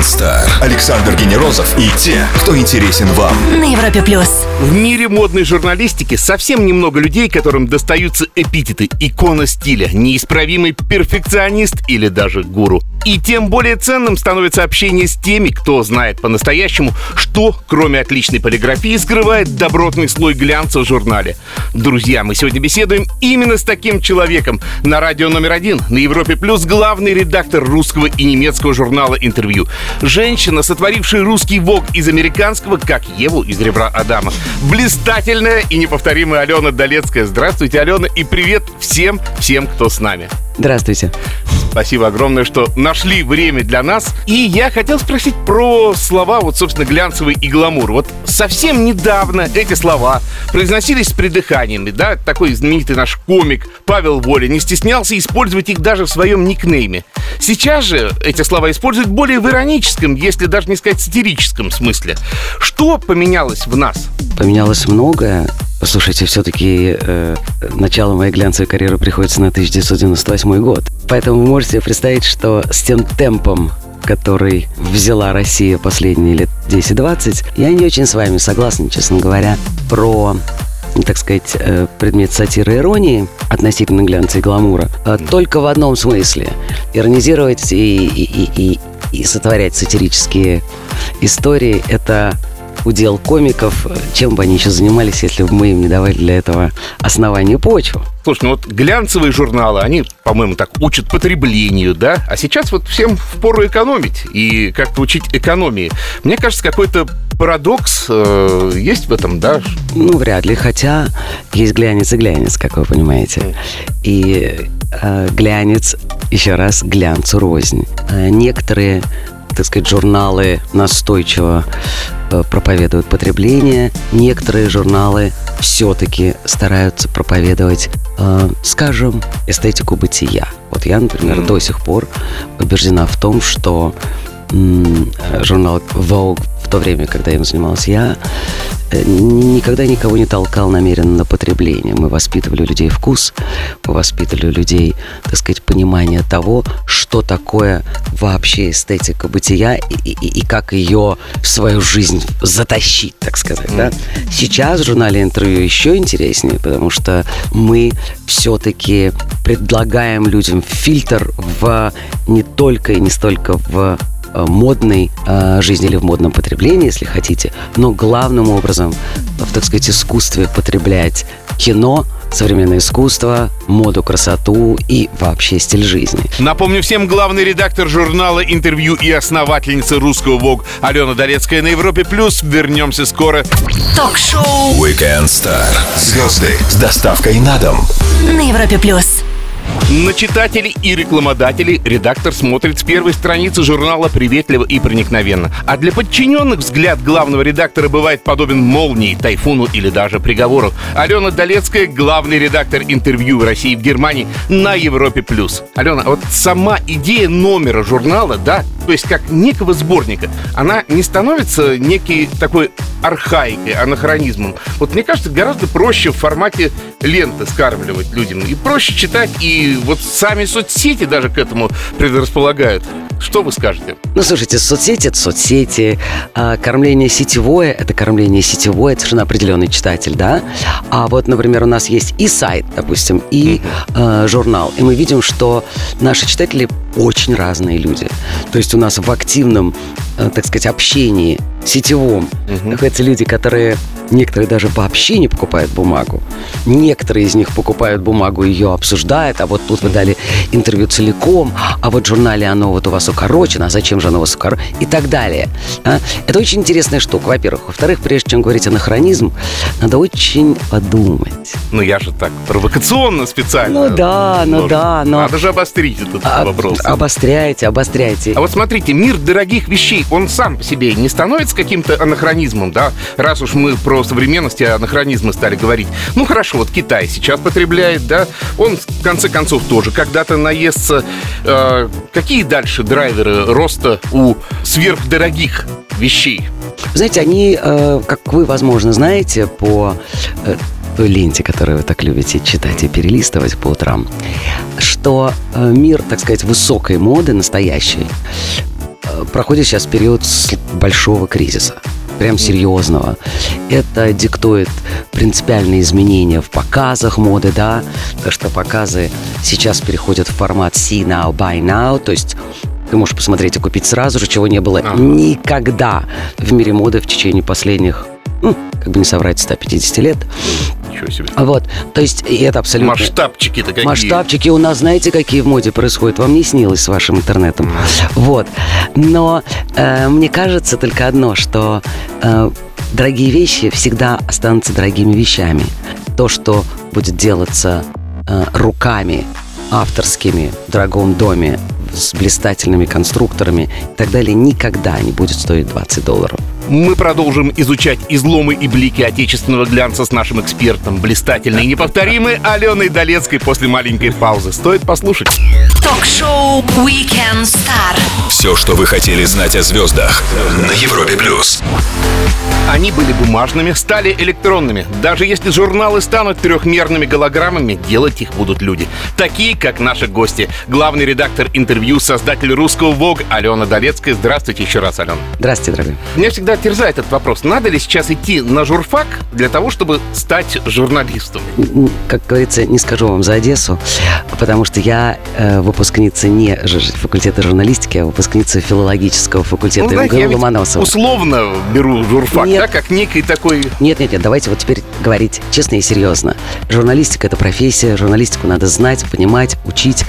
Weekend Star. Александр Генерозов и те, кто интересен вам. На Европе Плюс. В мире модной журналистики совсем немного людей, которым достаются эпитеты икона стиля, неисправимый перфекционист или даже гуру. И тем более ценным становится общение с теми, кто знает по-настоящему, что, кроме отличной полиграфии, скрывает добротный слой глянца в журнале. Друзья, мы сегодня беседуем именно с таким человеком. На радио номер 1 на Европе Плюс главный редактор русского и немецкого журнала «Интервью». Женщина, сотворившая русский Vogue из американского, как Еву из «Ребра Адама». Блистательная и неповторимая Алена Долецкая. Здравствуйте, Алена, и привет всем, кто с нами. Здравствуйте. Спасибо огромное, что нашли время для нас. И я хотел спросить про слова, собственно, глянцевый и гламур. Совсем недавно эти слова произносились с придыханиями, да? Такой знаменитый наш комик Павел Воля не стеснялся использовать их даже в своем никнейме. Сейчас же эти слова используют более в ироническом, если даже не сказать сатирическом смысле. Что поменялось в нас? Поменялось многое. Слушайте, все-таки начало моей глянцевой карьеры приходится на 1998 год. Поэтому вы можете себе представить, что с тем темпом, который взяла Россия последние лет 10-20, я не очень с вами согласен, честно говоря, про, так сказать, предмет сатиры и иронии относительно глянца и гламура. Только в одном смысле. Иронизировать и сотворять сатирические истории – это удел комиков, чем бы они еще занимались, если бы мы им не давали для этого основания почву. Слушай, глянцевые журналы, они, по-моему, так учат потреблению, да? А сейчас всем впору экономить и как-то учить экономии. Мне кажется, какой-то парадокс есть в этом, да? Вряд ли, хотя есть глянец и глянец, как вы понимаете. И глянец, еще раз, глянцу рознь. Некоторые, так сказать, журналы настойчиво проповедуют потребление. Некоторые журналы все-таки стараются проповедовать, скажем, эстетику бытия. Я, например, до сих пор убеждена в том, что журнал Vogue в то время, когда им занималась я, никогда никого не толкал намеренно на потребление. Мы воспитывали у людей вкус, мы воспитывали у людей, так сказать, понимание того, что такое вообще эстетика бытия и как ее в свою жизнь затащить, так сказать. Да? Сейчас в журнале «Интервью» еще интереснее, потому что мы все-таки предлагаем людям фильтр не только и не столько в модной жизни или в модном потреблении, если хотите, но главным образом в, так сказать, искусстве потреблять кино, современное искусство, моду, красоту и вообще стиль жизни. Напомню всем, главный редактор журнала «Интервью» и основательница русского Vogue Алена Долецкая на Европе Плюс. Вернемся скоро. Ток-шоу Weekend Star. Звезды с доставкой на дом. На Европе Плюс. На читателей и рекламодателей редактор смотрит с первой страницы журнала приветливо и проникновенно. А для подчиненных взгляд главного редактора бывает подобен молнии, тайфуну или даже приговору. Алена Долецкая, главный редактор «Интервью» в России и в Германии на Европе+. Алена, сама идея номера журнала, да, то есть как некого сборника, она не становится некой такой архаикой, анахронизмом. Мне кажется, гораздо проще в формате ленты скармливать людям. И проще читать, и сами соцсети даже к этому предрасполагают. Что вы скажете? Слушайте, соцсети — это соцсети, кормление сетевое — это кормление сетевое, это совершенно определенный читатель, да? А например, у нас есть и сайт, допустим, и журнал, и мы видим, что наши читатели очень разные люди. То есть у нас в активном, так сказать, общении сетевом находятся люди, которые некоторые даже вообще не покупают бумагу. Некоторые из них покупают бумагу, ее обсуждают, а тут вы дали интервью целиком, а в журнале оно у вас укорочено, а зачем же оно у вас укорочено, и так далее. Это очень интересная штука, во-первых. Во-вторых, прежде чем говорить анахронизм, надо очень подумать. Я же так провокационно специально. Да. Надо же обострить этот вопрос. Обостряйте. А смотрите, мир дорогих вещей, он сам по себе не становится каким-то анахронизмом, да? Раз уж мы про современности анахронизмы стали говорить. Хорошо, Китай сейчас потребляет, да? Он, в конце концов, тоже когда-то наестся. Какие дальше драйверы роста у сверхдорогих вещей? Знаете, они, как вы, возможно, знаете, по той ленте, которую вы так любите читать и перелистывать по утрам, что мир, так сказать, высокой моды, настоящей, проходит сейчас период большого кризиса, прям серьезного. Это диктует принципиальные изменения в показах моды, да, потому что показы сейчас переходят в формат see now, buy now, то есть ты можешь посмотреть и купить сразу же, чего не было никогда в мире моды в течение последних, как бы не соврать, 150 лет. Ничего себе. Вот, то есть и это абсолютно... Масштабчики-то какие? Масштабчики у нас, знаете, какие в моде происходят? Вам не снилось с вашим интернетом. Вот. Но мне кажется только одно, что дорогие вещи всегда останутся дорогими вещами. То, что будет делаться руками авторскими в дорогом доме с блистательными конструкторами и так далее, никогда не будет стоить $20. Мы продолжим изучать изломы и блики отечественного глянца с нашим экспертом, блистательной и неповторимой Аленой Долецкой после маленькой паузы. Стоит послушать. Ток-шоу Weekend Star. Все, что вы хотели знать о звездах на Европе+. Они были бумажными, стали электронными. Даже если журналы станут трехмерными голограммами, делать их будут люди. Такие, как наши гости. Главный редактор интервью, создатель русского Vogue Алена Долецкая. Здравствуйте еще раз, Алена. Здравствуйте, дорогой. Меня всегда терзает этот вопрос. Надо ли сейчас идти на журфак для того, чтобы стать журналистом? Как говорится, не скажу вам за Одессу, потому что я выпускница не факультета журналистики, а выпускница филологического факультета МГУ Ломоносова. Условно беру журфак, Нет. да, как некий такой... Нет, давайте вот теперь говорить честно и серьезно. Журналистика — это профессия, журналистику надо знать, понимать, учить,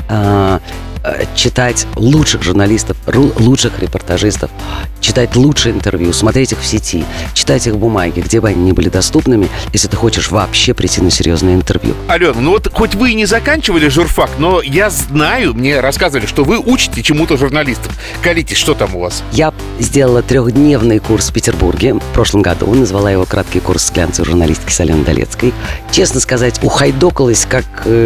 читать лучших журналистов, лучших репортажистов, читать лучшие интервью, смотреть их в сети, читать их бумаги, где бы они ни были доступными, если ты хочешь вообще прийти на серьезное интервью. Алена, ну вот хоть вы и не заканчивали журфак, но я знаю, мне рассказывали, что вы учите чему-то журналистов. Колитесь, что там у вас? Я сделала 3-дневный курс в Петербурге в прошлом году, назвала его «Краткий курс глянцевой журналистики» с Аленой Долецкой. Честно сказать, ухайдокалась как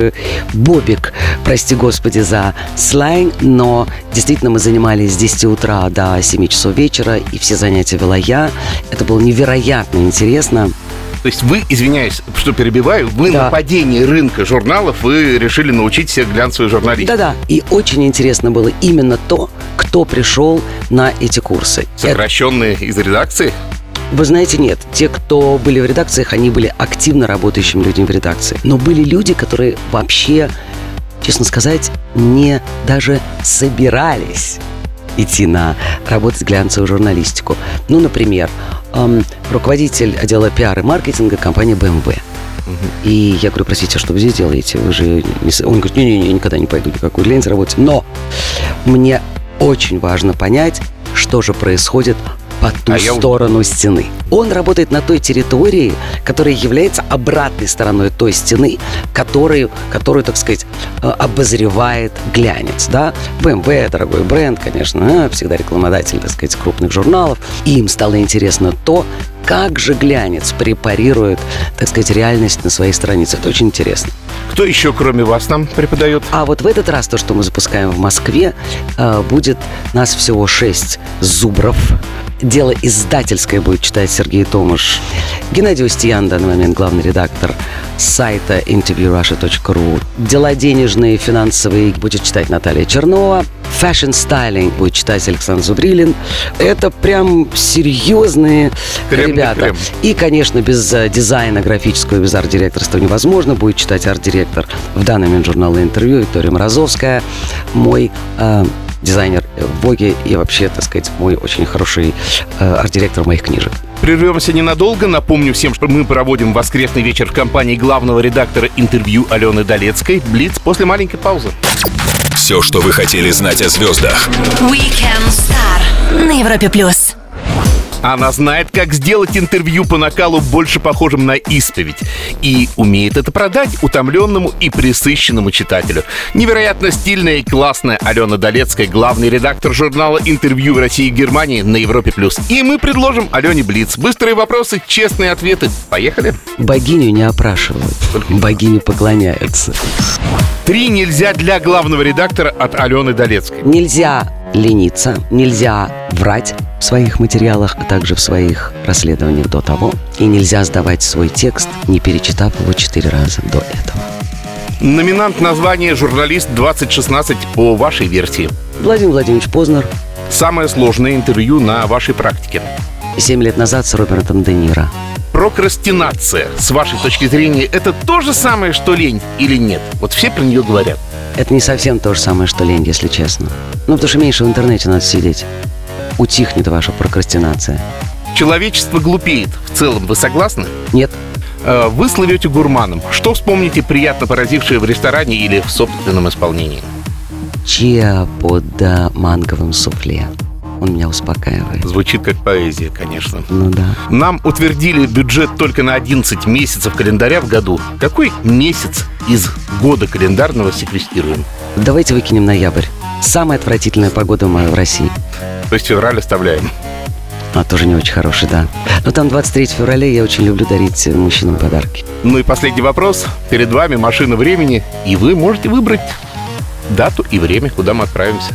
бобик, прости господи за сленг, но действительно мы занимались с 10 утра до 7 часов вечера, и все занятия вела я. Это было невероятно интересно. То есть вы, извиняюсь, что перебиваю, вы на падении рынка журналов вы решили научить всех глянцевой журналистике. Да-да, и очень интересно было именно то, кто пришел на эти курсы. Сокращенные из редакции? Вы знаете, нет. Те, кто были в редакциях, они были активно работающими людьми в редакции. Но были люди, которые вообще, честно сказать, не даже собирались идти на работать глянцевую журналистику. Ну, например, руководитель отдела пиар и маркетинга компании BMW. И я говорю, простите, что вы здесь делаете? Вы же не... Он говорит, не-не-не, я никогда не пойду никакой глянец работать. Но мне очень важно понять, что же происходит по ту сторону стены. Он работает на той территории, которая является обратной стороной той стены, которую, так сказать, обозревает глянец. Да? BMW — дорогой бренд, конечно, всегда рекламодатель, так сказать, крупных журналов. И им стало интересно то, как же глянец препарирует, так сказать, реальность на своей странице. Это очень интересно. Кто еще, кроме вас, нам преподает? А вот в этот раз то, что мы запускаем в Москве, будет нас всего 6 зубров. Дело издательское будет читать Сергей Томаш. Геннадий Устьян, в данный момент главный редактор сайта interviewrussia.ru. Дела денежные, финансовые будет читать Наталья Чернова. Fashion Styling будет читать Александр Зубрилин. Это прям серьезные ребята. И, конечно, без дизайна графического, без арт-директорства невозможно. Будет читать арт-директор в данный момент журнала «Интервью» Виктория Морозовская. Мой дизайнер в Vogue и вообще, так сказать, мой очень хороший арт-директор моих книжек. Прервемся ненадолго. Напомню всем, что мы проводим воскресный вечер в компании главного редактора интервью Алены Долецкой. Блиц после маленькой паузы. Все, что вы хотели знать о звездах. Weekend Star на Европе+. Она знает, как сделать интервью по накалу больше похожим на исповедь. И умеет это продать утомленному и пресыщенному читателю. Невероятно стильная и классная Алена Долецкая, главный редактор журнала «Интервью» в России и Германии на Европе+. И мы предложим Алене блиц. Быстрые вопросы, честные ответы. Поехали? Богиню не опрашивают, богине поклоняются. 3 нельзя для главного редактора от Алены Долецкой. Нельзя лениться, нельзя врать в своих материалах, а также в своих расследованиях до того. И нельзя сдавать свой текст, не перечитав его 4 раза до этого. Номинант названия «Журналист 2016» по вашей версии. Владимир Владимирович Познер. самое сложное интервью на вашей практике? 7 лет назад с Робертом Де Ниро. Прокрастинация, с вашей точки зрения, это то же самое, что лень или нет? Вот все про нее говорят. Это не совсем то же самое, что лень, если честно. Ну, потому что меньше в интернете надо сидеть. Утихнет ваша прокрастинация. Человечество глупеет. В целом, вы согласны? Нет. Вы слывете гурманом. Что вспомните приятно поразившее в ресторане или в собственном исполнении? Чиа под манговым суфле. Он меня успокаивает. Звучит как поэзия, конечно. Ну да. Нам утвердили бюджет только на 11 месяцев календаря в году. Какой месяц из года календарного секвестируем? Давайте выкинем ноябрь. Самая отвратительная погода в России. То есть февраль оставляем. Тоже не очень хороший, да. Но там 23 февраля, я очень люблю дарить мужчинам подарки. Ну и последний вопрос. Перед вами машина времени, и вы можете выбрать дату и время, куда мы отправимся.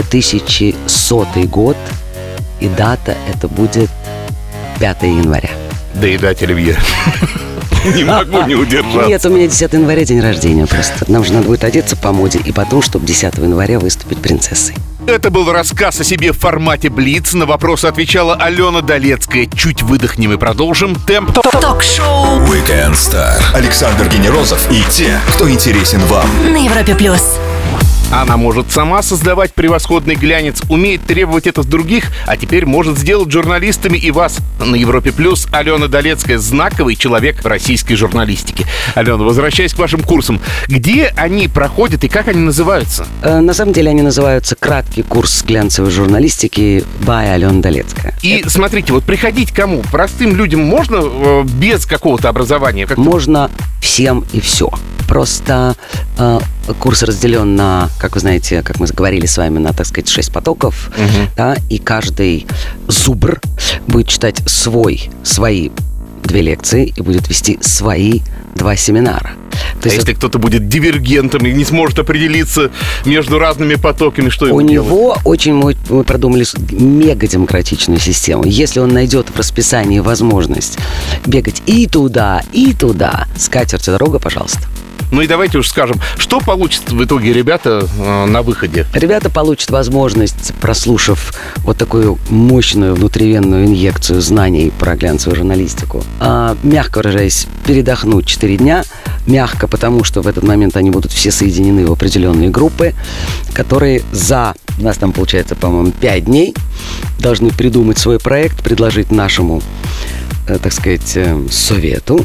2100 год, и дата это будет 5 января. Доедать оливье. Не могу не удержаться. Нет, у меня 10 января день рождения просто. Нам же надо будет одеться по моде, и потом, чтобы 10 января выступить принцессой. Это был рассказ о себе в формате Блиц. На вопросы отвечала Алена Долецкая. Чуть выдохнем и продолжим. Темп. Ток-шоу Weekend Star. Александр Генерозов и те, кто интересен вам. на Европе плюс. Она может сама создавать превосходный глянец, умеет требовать это с других, а теперь может сделать журналистами и вас. На Европе Плюс Алена Долецкая — знаковый человек российской журналистики. Алена, возвращаясь к вашим курсам, где они проходят и как они называются? На самом деле они называются «Краткий курс глянцевой журналистики by Алена Долецкая». И смотрите, вот приходить кому? Простым людям можно без какого-то образования? Как-то... Можно всем и все. Просто курс разделен на, как вы знаете, как мы говорили с вами, на, так сказать, 6 потоков, да, и каждый зубр будет читать свои 2 лекции и будет вести свои 2 семинара. То есть если кто-то будет дивергентом и не сможет определиться между разными потоками, что ему делать? Мы продумали мега-демократичную систему. Если он найдет в расписании возможность бегать и туда, скатертью дорога, пожалуйста. Ну и давайте уж скажем, что получат в итоге ребята на выходе? Ребята получат возможность, прослушав вот такую мощную внутривенную инъекцию знаний про глянцевую журналистику, мягко выражаясь, передохнуть 4 дня. Мягко, потому что в этот момент они будут все соединены в определенные группы, которые у нас там получается, по-моему, 5 дней, должны придумать свой проект, предложить нашему, так сказать, совету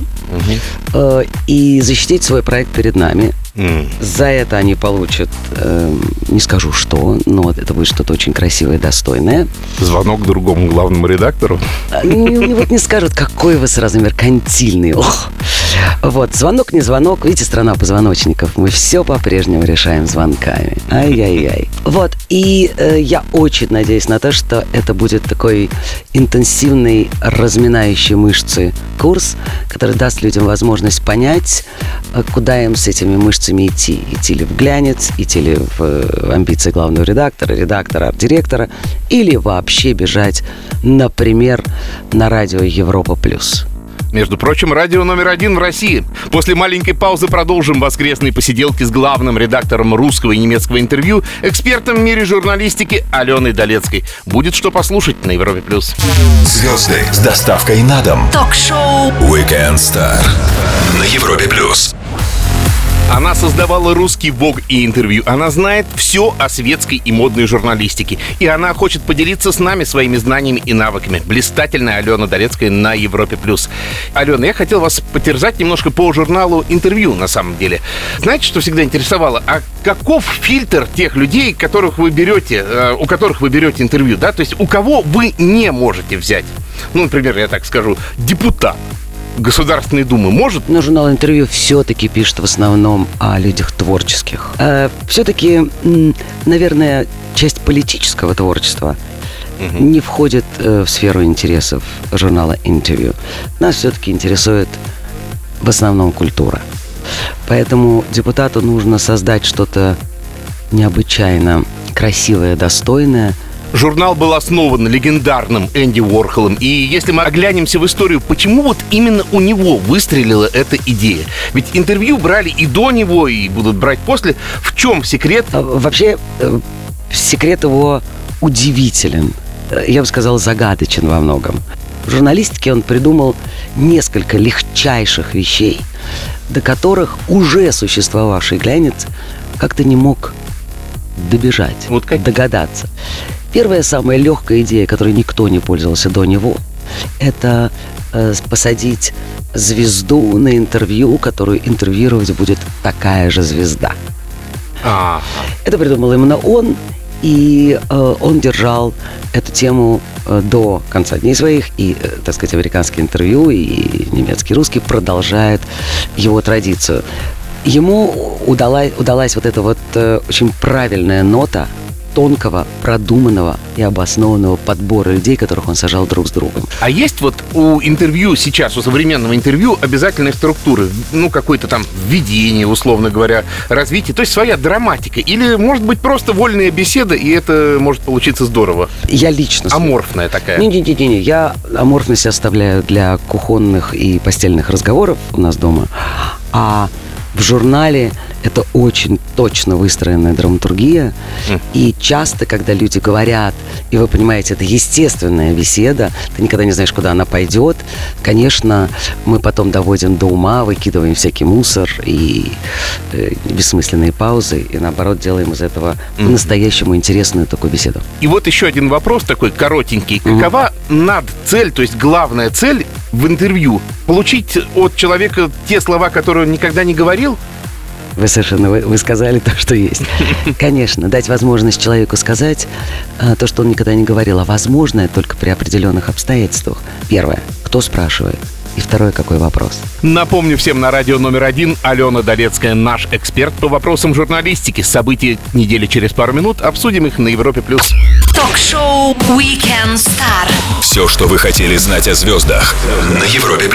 и защитить свой проект перед нами. За это они получат, не скажу что, но это будет что-то очень красивое и достойное. Звонок другому главному редактору? Вот не скажут, какой вы сразу меркантильный. Вот, звонок, не звонок. Видите, страна позвоночников. Мы все по-прежнему решаем звонками. Ай-яй-яй. Вот, и я очень надеюсь на то, что это будет такой интенсивный, разминающий мышцы курс, который даст людям возможность понять, куда им с этими мышцами идти. Идти ли в глянец, идти ли в амбиции главного редактора, арт-директора, или вообще бежать, например, на радио Европа Плюс. Между прочим, радио номер 1 в России. После маленькой паузы продолжим воскресные посиделки с главным редактором русского и немецкого интервью, экспертом в мире журналистики Аленой Долецкой. Будет что послушать на Европе+. Звезды с доставкой на дом. Ток-шоу Weekend Star на Европе+. Она создавала русский Vogue и интервью. Она знает все о светской и модной журналистике. И она хочет поделиться с нами своими знаниями и навыками. Блистательная Алена Долецкая на Европе+. Алена, я хотел вас потерзать немножко по журналу «Интервью», на самом деле. Знаете, что всегда интересовало? А каков фильтр тех людей, у которых вы берете интервью, да? То есть у кого вы не можете взять? Ну, например, я так скажу, депутат Государственной Думы может? Но журнал «Интервью» все-таки пишет в основном о людях творческих. Все-таки, наверное, часть политического творчества не входит в сферу интересов журнала «Интервью». Нас все-таки интересует в основном культура. Поэтому депутату нужно создать что-то необычайно красивое, достойное. Журнал был основан легендарным Энди Уорхолом. И если мы оглянемся в историю, почему вот именно у него выстрелила эта идея? Ведь интервью брали и до него, и будут брать после. В чем секрет? Вообще, секрет его удивителен, я бы сказал, загадочен во многом. В журналистике он придумал несколько легчайших вещей, до которых уже существовавший глянец как-то не мог добежать, догадаться. Первая, самая легкая идея, которой никто не пользовался до него, это посадить звезду на интервью, которую интервьюировать будет такая же звезда. Это придумал именно он, и он держал эту тему до конца дней своих, и, так сказать, американские интервью, и немецкий, русский продолжают его традицию. Ему удалась вот эта вот очень правильная нота тонкого, продуманного и обоснованного подбора людей, которых он сажал друг с другом. А есть вот у интервью сейчас, у современного интервью обязательные структуры? Ну, какое-то там введение, условно говоря, развитие, то есть своя драматика? Или, может быть, просто вольная беседа, и это может получиться здорово? Я лично... Аморфная такая? Не-не-не, я аморфность оставляю для кухонных и постельных разговоров у нас дома, а в журнале это очень точно выстроенная драматургия. И часто, когда люди говорят, и вы понимаете, это естественная беседа, ты никогда не знаешь, куда она пойдет. Конечно, мы потом доводим до ума, выкидываем всякий мусор и бессмысленные паузы, и наоборот делаем из этого по-настоящему интересную такую беседу. И вот еще один вопрос такой коротенький. Какова надцель, то есть главная цель в интервью? Получить от человека те слова, которые он никогда не говорил? Вы сказали то, что есть. Конечно, дать возможность человеку сказать то, что он никогда не говорил, а возможное только при определенных обстоятельствах. Первое, кто спрашивает? И второе, какой вопрос? Напомню всем, на радио номер 1 Алена Долецкая, наш эксперт по вопросам журналистики. События недели через пару минут. Обсудим их на Европе+. Ток-шоу Weekend Star. Все, что вы хотели знать о звездах на Европе+.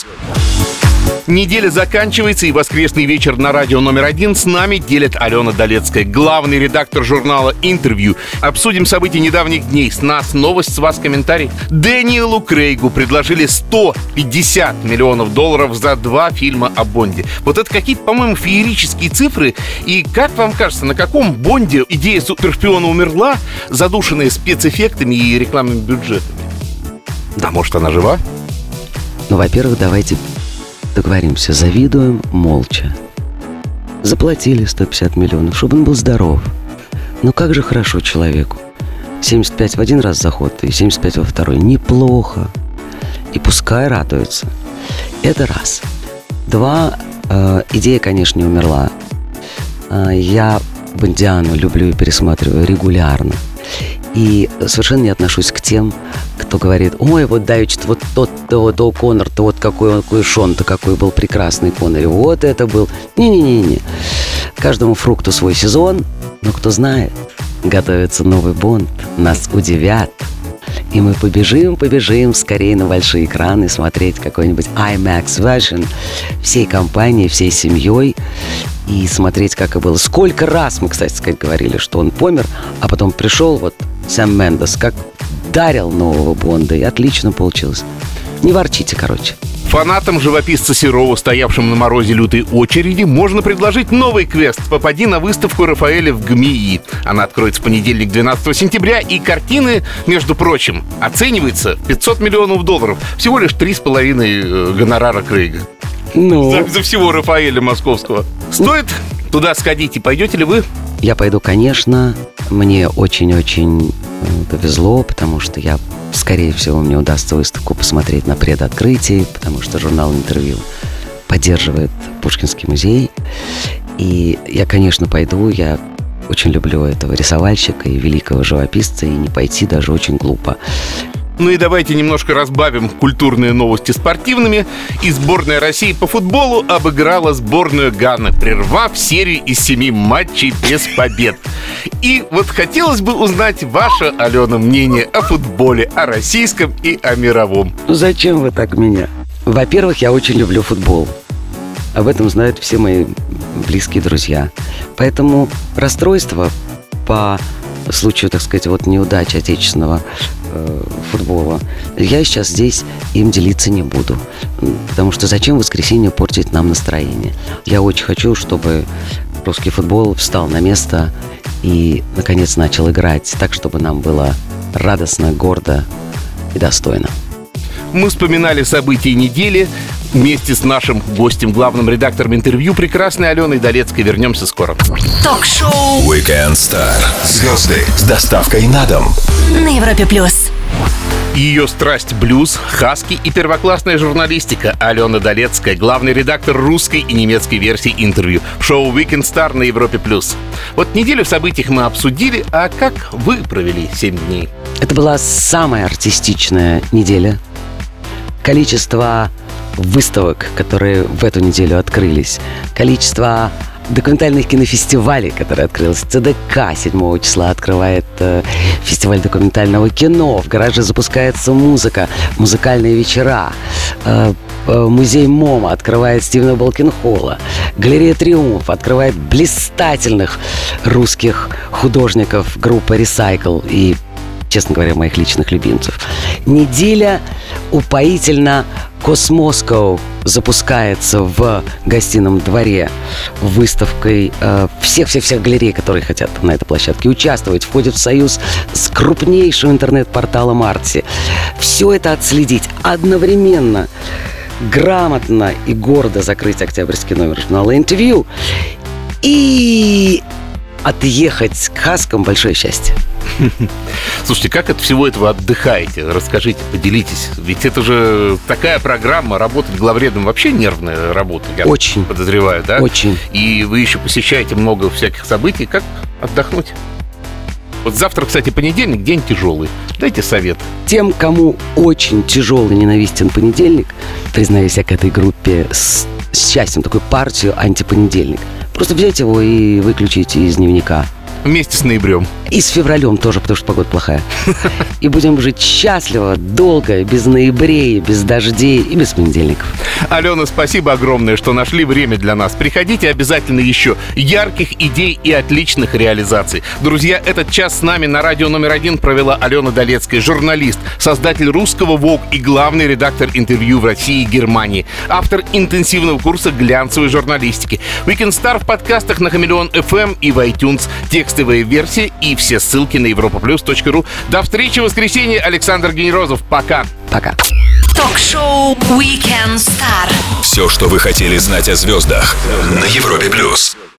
Неделя заканчивается, и воскресный вечер на радио номер 1 с нами делит Алена Долецкая, главный редактор журнала «Интервью». Обсудим события недавних дней. С нас новость, с вас комментарий. Дэниелу Крейгу предложили $150 миллионов за 2 фильма о Бонде. Вот это какие-то, по-моему, феерические цифры. И как вам кажется, на каком Бонде идея супершпиона умерла, задушенная спецэффектами и рекламными бюджетами? Да, может, она жива? Ну, во-первых, давайте договоримся, завидуем молча. Заплатили 150 миллионов, чтобы он был здоров. Но как же хорошо человеку. 75 в один раз заход и 75 во второй. Неплохо. И пускай радуется. Это раз. Два, идея, конечно, не умерла. Я Бондиану люблю и пересматриваю регулярно. И совершенно не отношусь к тем, кто говорит: ой, вот давеча вот тот-то, вот О'Коннор-то, вот какой Шон-то, какой был прекрасный Коннери, вот это был. Не-не-не-не. Каждому фрукту свой сезон, но кто знает, готовится новый Бонд, нас удивят. И мы побежим скорее на большие экраны смотреть какой-нибудь IMAX version всей компанией, всей семьей и смотреть, как и было. Сколько раз мы, кстати сказать, говорили, что он помер, а потом пришел вот Сэм Мендес, как дарил нового Бонда, и отлично получилось. Не ворчите, короче. Фанатам живописца Серова, стоявшим на морозе лютой очереди, можно предложить новый квест. Попади на выставку Рафаэля в ГМИИ. Она откроется в понедельник, 12 сентября, и картины, между прочим, оцениваются в $500 миллионов. Всего лишь 3,5 гонорара Крейга. За всего Рафаэля московского. Стоит туда сходить, и пойдете ли вы? Я пойду, конечно. Мне очень-очень повезло, потому что скорее всего, мне удастся выставку посмотреть на предоткрытии, потому что журнал «Интервью» поддерживает Пушкинский музей. И я, конечно, пойду. Я очень люблю этого рисовальщика и великого живописца, и не пойти даже очень глупо. Ну и давайте немножко разбавим культурные новости спортивными. И сборная России по футболу обыграла сборную Ганы, прервав серию из 7 матчей без побед. И вот хотелось бы узнать ваше, Алена, мнение о футболе, о российском и о мировом. Ну зачем вы так меня? Во-первых, я очень люблю футбол. Об этом знают все мои близкие друзья. Поэтому расстройство по случаю, так сказать, вот неудачи отечественного футбола, я сейчас здесь им делиться не буду. Потому что зачем в воскресенье портить нам настроение? Я очень хочу, чтобы русский футбол встал на место и, наконец, начал играть так, чтобы нам было радостно, гордо и достойно. Мы вспоминали события недели вместе с нашим гостем, главным редактором интервью, прекрасной Аленой Долецкой. Вернемся скоро. Ток-шоу Weekend Star. Звезды с доставкой на дом. на Европе плюс. Ее страсть — блюз, хаски и первоклассная журналистика. Алена Долецкая, главный редактор русской и немецкой версии интервью в шоу Weekend Star на Европе+. Вот неделю в событиях мы обсудили, а как вы провели 7 дней? Это была самая артистичная неделя. Количество выставок, которые в эту неделю открылись, количество документальных кинофестивалей, которые открылись. ЦДК 7 числа открывает фестиваль документального кино. В гараже запускается музыка, музыкальные вечера. Музей МОМА открывает Стивена Балкенхола. Галерея Триумф открывает блистательных русских художников группы Recycle и, честно говоря, моих личных любимцев. Неделя упоительно. Космоскоу запускается в гостином дворе выставкой всех галерей, которые хотят на этой площадке участвовать, входят в союз с крупнейшим интернет-порталом Арти. Все это отследить одновременно, грамотно и гордо закрыть октябрьский номер журнала «Интервью» и отъехать к хаскам — большое счастье. Слушайте, как от всего этого отдыхаете? Расскажите, поделитесь. Ведь это же такая программа, работать главредом вообще нервная работа, я Очень. подозреваю, да? Очень. И вы еще посещаете много всяких событий. Как отдохнуть? Вот завтра, кстати, понедельник, день тяжелый. Дайте совет. Тем, кому очень тяжелый, ненавистен понедельник, признаюсь я к этой группе с счастьем, такую партию антипонедельник. Просто взять его и выключить из дневника. Вместе с ноябрем. И с февралем тоже, потому что погода плохая. И будем жить счастливо, долго, без ноябрей, без дождей и без понедельников. Алена, спасибо огромное, что нашли время для нас. Приходите обязательно еще. Ярких идей и отличных реализаций. Друзья, этот час с нами на радио номер 1 провела Алена Долецкая, журналист, создатель русского Vogue и главный редактор интервью в России и Германии, автор интенсивного курса глянцевой журналистики. Weekend Star в подкастах на Хамелеон FM и в iTunes. Текстовые версии и все ссылки на europaplus.ru. До встречи в воскресенье. Александр Генерозов. Пока. Пока. Ток-шоу Weekend Star. Все, что вы хотели знать о звездах на Европе+.